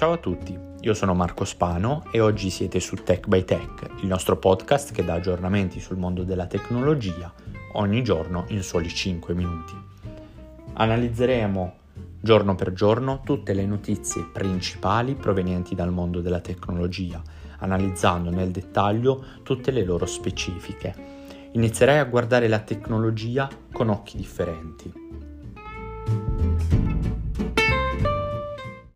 Ciao a tutti, io sono Marco Spano e oggi siete su Tech by Tech, il nostro podcast che dà aggiornamenti sul mondo della tecnologia ogni giorno in soli 5 minuti. Analizzeremo giorno per giorno tutte le notizie principali provenienti dal mondo della tecnologia, analizzando nel dettaglio tutte le loro specifiche. Inizierei a guardare la tecnologia con occhi differenti.